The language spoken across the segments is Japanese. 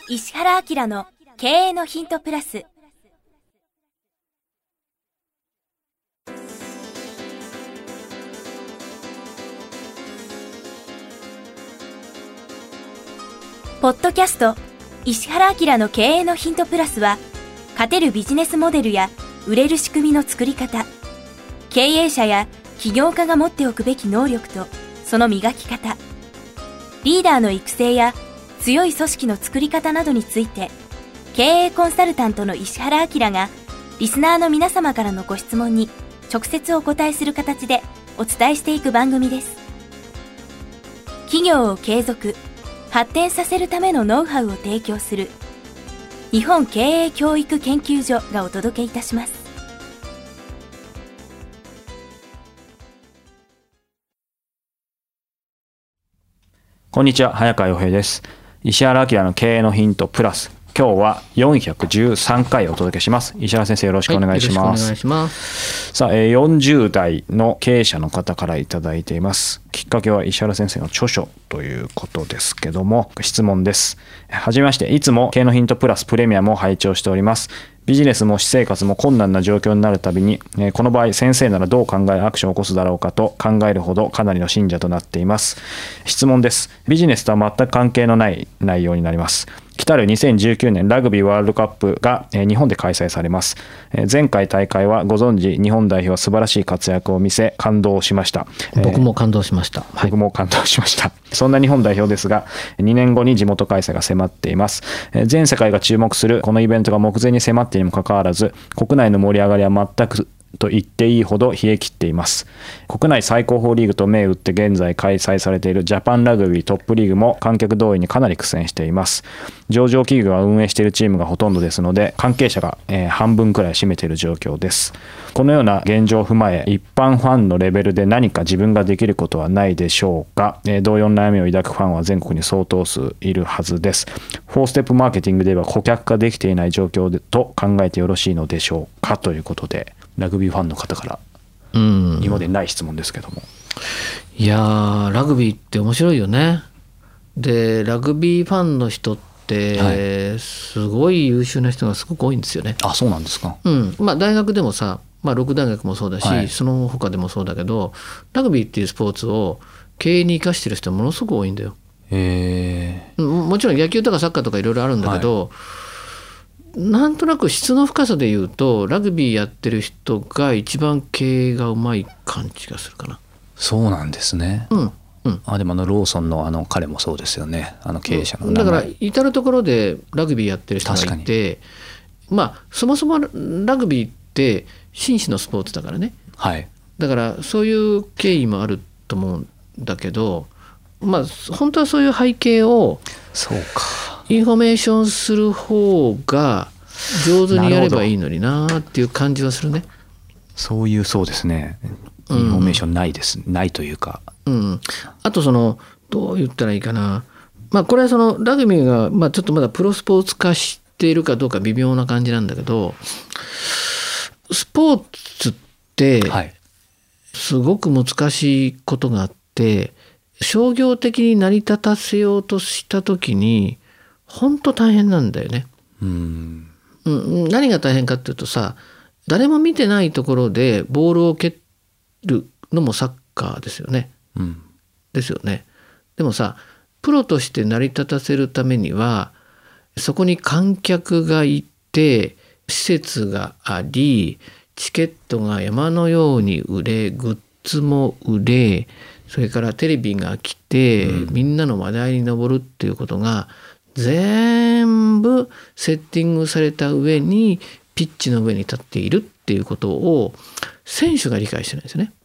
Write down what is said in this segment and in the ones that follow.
石原明の経営のヒントプラス。ポッドキャスト石原明の経営のヒントプラスは、勝てるビジネスモデルや売れる仕組みの作り方、経営者や起業家が持っておくべき能力とその磨き方、リーダーの育成や強い組織の作り方などについて、経営コンサルタントの石原明がリスナーの皆様からのご質問に直接お答えする形でお伝えしていく番組です。企業を継続発展させるためのノウハウを提供する日本経営教育研究所がお届けいたします。 こんにちは、早川洋平です。石原明の経営のヒントプラス、今日は413回お届けします。石原先生、よろしくお願いします。 よろしくお願いします。 さあ、40代の経営者の方からいただいています。きっかけは石原先生の著書ということですけども、質問です。はじめまして、いつも経営のヒントプラスプレミアムを拝聴しております。ビジネスも私生活も困難な状況になるたびに、この場合先生ならどう考えアクションを起こすだろうかと考えるほどかなりの信者となっています。質問です。ビジネスとは全く関係のない内容になります。来たる2019年ラグビーワールドカップが日本で開催されます。前回大会はご存知、日本代表は素晴らしい活躍を見せ感動しました。 僕も感動しました。 僕も感動しました。そんな日本代表ですが、2年後に地元開催が迫っています。全世界が注目するこのイベントが目前に迫っているにもかかわらず、国内の盛り上がりは全くと言っていいほど冷え切っています。国内最高峰リーグと銘打って現在開催されているジャパンラグビートップリーグも観客動員にかなり苦戦しています。上場企業が運営しているチームがほとんどですので、関係者が半分くらい占めている状況です。このような現状を踏まえ、一般ファンのレベルで何か自分ができることはないでしょうか。同様の悩みを抱くファンは全国に相当数いるはずです。4ステップマーケティングでは顧客化できていない状況と考えてよろしいのでしょうか、ということで、ラグビーファンの方から今までない質問ですけども。 いやー、ラグビーって面白いよね。でラグビーファンの人ってすごい優秀な人がすごく多いんですよね。 あ、そうなんですか。 大学でもさ、六大学もそうだし、その他でもそうだけど、ラグビーっていうスポーツを経営に生かしてる人はものすごく多いんだよ。もちろん野球とかサッカーとかいろいろあるんだけど、なんとなく質の深さで言うとラグビーやってる人が一番経営がうまい感じがするかな。 そうなんですね。でもローソンの彼もそうですよね、経営者の名前。 だから至る所でラグビーやってる人がいて、そもそもラグビーって紳士のスポーツだからね、だからそういう経緯もあると思うんだけど、本当はそういう背景をインフォメーションする方が上手にやればいいのになっていう感じはするね。 そうですね、インフォメーションないです、ないというか、 あとどう言ったらいいかな、これはラグビーがちょっとまだプロスポーツ化しているかどうか微妙な感じなんだけど、スポーツってすごく難しいことがあって、商業的に成り立たせようとした時に本当大変なんだよね。何が大変かっていうとさ、誰も見てないところでボールを蹴るのもサッカーですよね。ですよね。でもさ、プロとして成り立たせるためにはそこに観客がいて、施設があり、チケットが山のように売れ、グッズも売れ、それからテレビが来て、みんなの話題に上るっていうことが全部セッティングされた上にピッチの上に立っているっていうことを選手が理解してないですよね。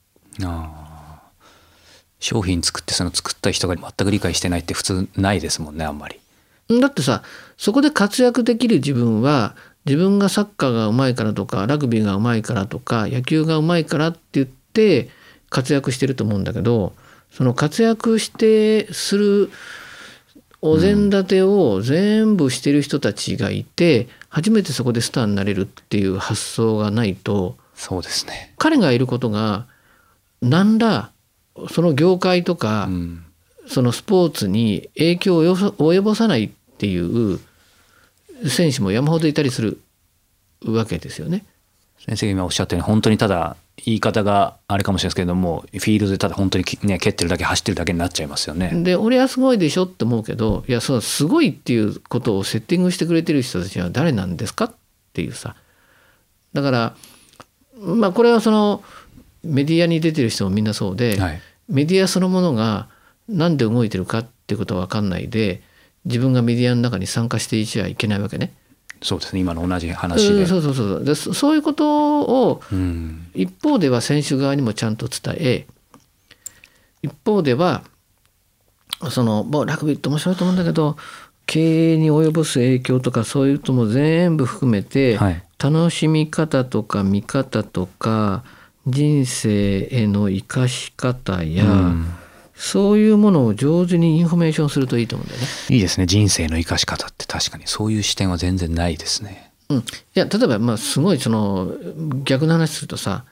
商品作って作った人が全く理解してないって普通ないですもんね、あんまり。 だってさ、そこで活躍できる自分は自分がサッカーがうまいからとかラグビーがうまいからとか野球がうまいからって言って活躍してると思うんだけど、その活躍してするお膳立てを全部してる人たちがいて、初めてそこでスターになれるっていう発想がないと、 そうですね、 彼がいることが何らその業界とか、そのスポーツに影響を及ぼさないってっていう選手も山ほどいたりするわけですよね。 先生が今おっしゃったように本当にただ言い方があれかもしれないですけれども、フィールドでただ本当にね蹴ってるだけ走ってるだけになっちゃいますよね。 で俺はすごいでしょって思うけど、いやそうすごいっていうことをセッティングしてくれてる人たちは誰なんですかっていうさ。だからまあこれはそのメディアに出てる人もみんなそうで、 はい、 メディアそのものがなんで動いてるかっていうことは分かんないで、自分がメディアの中に参加していちゃいけないわけね。 そうですね、今の同じ話で、 そういうことを一方では選手側にもちゃんと伝え、一方ではそのもうラグビーって面白いと思うんだけど、経営に及ぼす影響とかそういうことも全部含めて、はい、楽しみ方とか見方とか人生への生かし方や、そういうものを上手にインフォメーションするといいと思うんだよね。 いいですね、人生の生かし方って確かにそういう視点は全然ないですね。 いや例えばまあすごいその逆の話するとさ、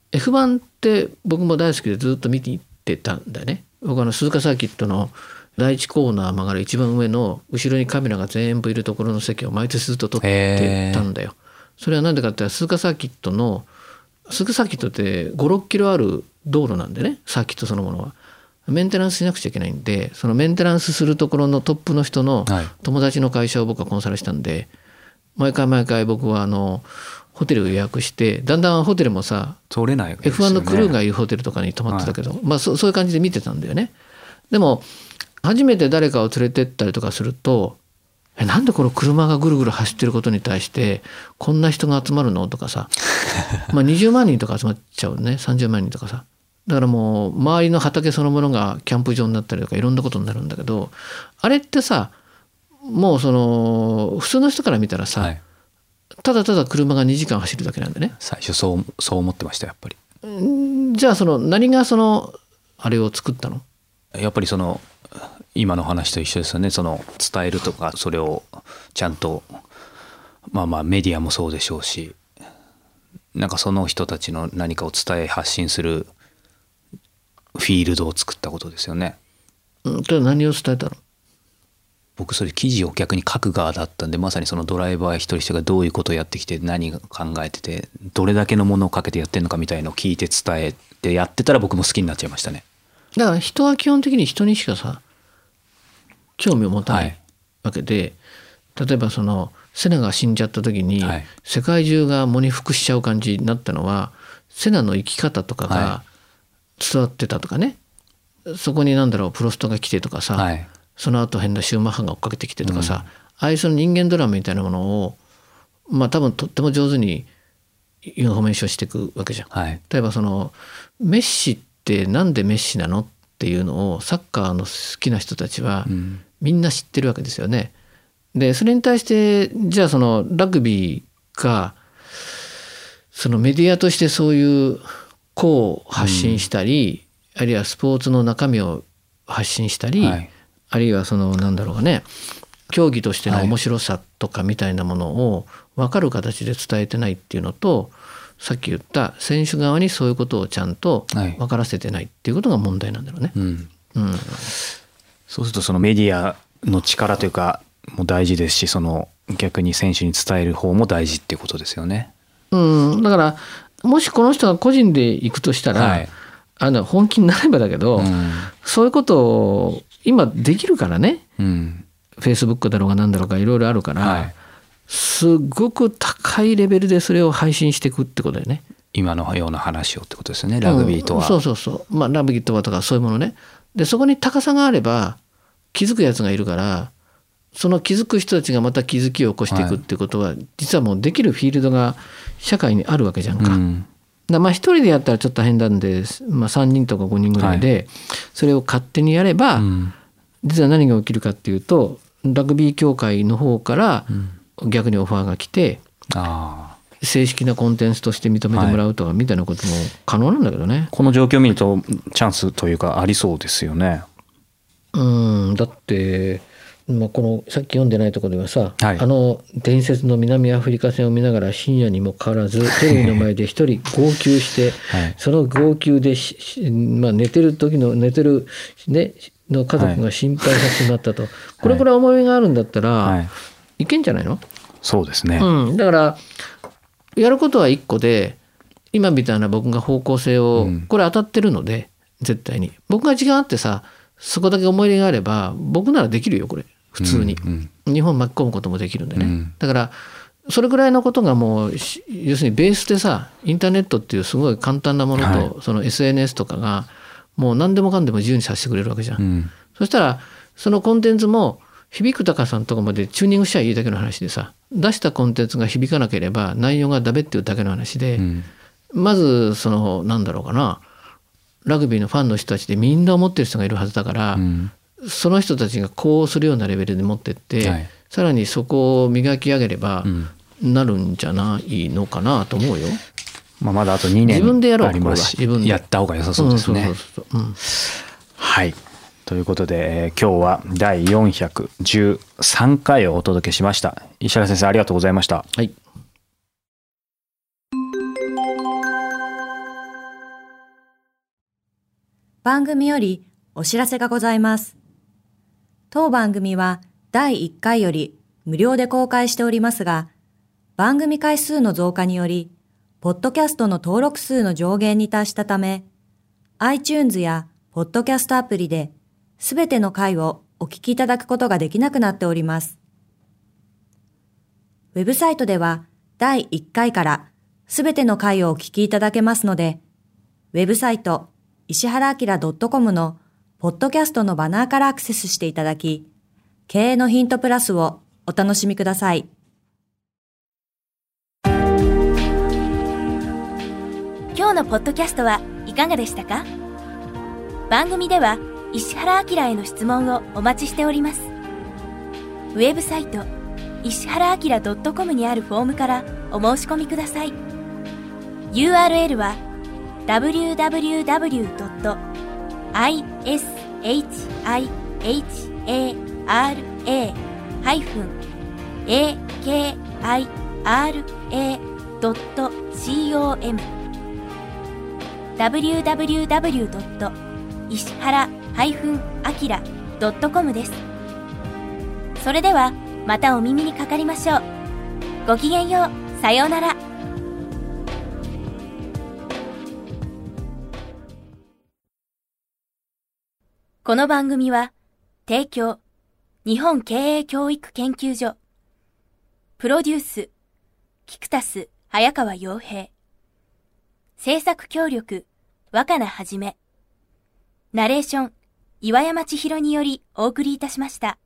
F1 って僕も大好きでずっと見ていってたんだよね。僕鈴鹿サーキットの第1コーナー曲がる一番上の後ろにカメラが全部いるところの席を毎年ずっと撮ってたんだよ。それは何でかって鈴鹿サーキットって5、6キロある道路なんでね、サーキットそのものはメンテナンスしなくちゃいけないんで、そのメンテナンスするところのトップの人の友達の会社を僕はコンサルしたんで、毎回僕はホテルを予約して、だんだんホテルもさ取れないわけですよね。 F1 のクルーがいるホテルとかに泊まってたけど、まあそういう感じで見てたんだよね。でも初めて誰かを連れてったりとかすると、なんでこの車がぐるぐる走ってることに対してこんな人が集まるのとかさまあ20万人とか集まっちゃうね、30万人とかさ。だからもう周りの畑そのものがキャンプ場になったりとかいろんなことになるんだけど、あれってさもうその普通の人から見たらさ、はい、ただただ車が2時間走るだけなんでね。 最初そう思ってましたやっぱり。 じゃあ何があれを作ったの？ やっぱり今の話と一緒ですよね。伝えるとか、それをちゃんとまあメディアもそうでしょうし、なんかその人たちの何かを伝え発信するフィールドを作ったことですよね。 何を伝えたの？ 僕それ記事を逆に書く側だったんで、まさにそのドライバー一人一人がどういうことをやってきて何を考えててどれだけのものをかけてやってるのかみたいのを聞いて伝えてやってたら、僕も好きになっちゃいましたね。だから人は基本的に人にしかさ興味を持たないわけで、はい、例えばセナが死んじゃった時に、はい、世界中が喪に服しちゃう感じになったのはセナの生き方とかが伝わってたとかね、はい、そこにプロストが来てとかさ、はい、その後変なシューマッハが追っかけてきてとかさ、ああいう人間ドラマみたいなものをまあ多分とっても上手にインフォメーションしていくわけじゃん、はい、例えばメッシってなんでメッシなのっていうのをサッカーの好きな人たちはみんな知ってるわけですよね。でそれに対してじゃあラグビーがメディアとしてそういうこう発信したり、あるいはスポーツの中身を発信したり、はい、あるいは競技としての面白さとかみたいなものを分かる形で伝えてないっていうのと、さっき言った選手側にそういうことをちゃんと分からせてないっていうことが問題なんだろうね。 そうするとメディアの力というかも大事ですし、逆に選手に伝える方も大事っていうことですよね。だからもしこの人が個人で行くとしたら、はい、本気になればだけど、そういうことを今できるからね、Facebook だろうが何だろうがいろいろあるから、はい、すごく高いレベルでそれを配信していくってことだよね。 今のような話をってことですね、ラグビーとは。 まあラグビーとはとかそういうものね。でそこに高さがあれば気づくやつがいるから、その気づく人たちがまた気づきを起こしていくっていうことは、実はもうできるフィールドが社会にあるわけじゃんか。まあ1人でやったらちょっと変なんで、まあ、3人とか5人ぐらいでそれを勝手にやれば、実は何が起きるかっていうと、ラグビー協会の方から逆にオファーが来て、正式なコンテンツとして認めてもらうとかみたいなことも可能なんだけどね。 この状況を見るとチャンスというかありそうですよね。 だってこのさっき読んでないところではさ、 はい、 伝説の南アフリカ戦を見ながら深夜にもかかわらずテレビの前で一人号泣して、はい、その号泣で寝てる、ね、の家族が心配させてなったと、はい、これくらい思いがあるんだったら、はい、いけんじゃないの？ そうですね、 だからやることは一個で、今みたいな僕が方向性を、これ当たってるので絶対に僕が違うってさ、そこだけ思い入れがあれば僕ならできるよこれ普通に、日本巻き込むこともできるんでね、だからそれぐらいのことがもう要するにベースでさ、インターネットっていうすごい簡単なものと、はい、その SNS とかがもう何でもかんでも自由にさせてくれるわけじゃん、そしたらそのコンテンツも響く高さんとかまでチューニングしちゃいいだけの話でさ、出したコンテンツが響かなければ内容がダメっていうだけの話で、まずそのなんだろうかな、ラグビーのファンの人たちでみんな思ってる人がいるはずだから、その人たちがこうするようなレベルで持ってって、はい、さらにそこを磨き上げればなるんじゃないのかなと思うよ。 まだあと2年自分でやろう、 ありますし、やった方が良さそうですね。はい。ということで、今日は第413回をお届けしました。石原先生、ありがとうございました。 はい。 番組よりお知らせがございます。当番組は第1回より無料で公開しておりますが、番組回数の増加により、ポッドキャストの登録数の上限に達したため、iTunes やポッドキャストアプリで、すべての回をお聞きいただくことができなくなっております。ウェブサイトでは第1回からすべての回をお聞きいただけますので、ウェブサイト石原明 .com のポッドキャストのバナーからアクセスしていただき、経営のヒントプラスをお楽しみください。今日のポッドキャストはいかがでしたか？番組では石原明への質問をお待ちしております。ウェブサイト石原明 .com にあるフォームからお申し込みください。 URL はwww.ishihara-akira.com www. 石原-akira.com です。それではまたお耳にかかりましょう。ごきげんよう。さようなら。この番組は提供日本経営教育研究所、プロデュースキクタス早川洋平、制作協力若菜はじめ、ナレーション岩山千尋によりお送りいたしました。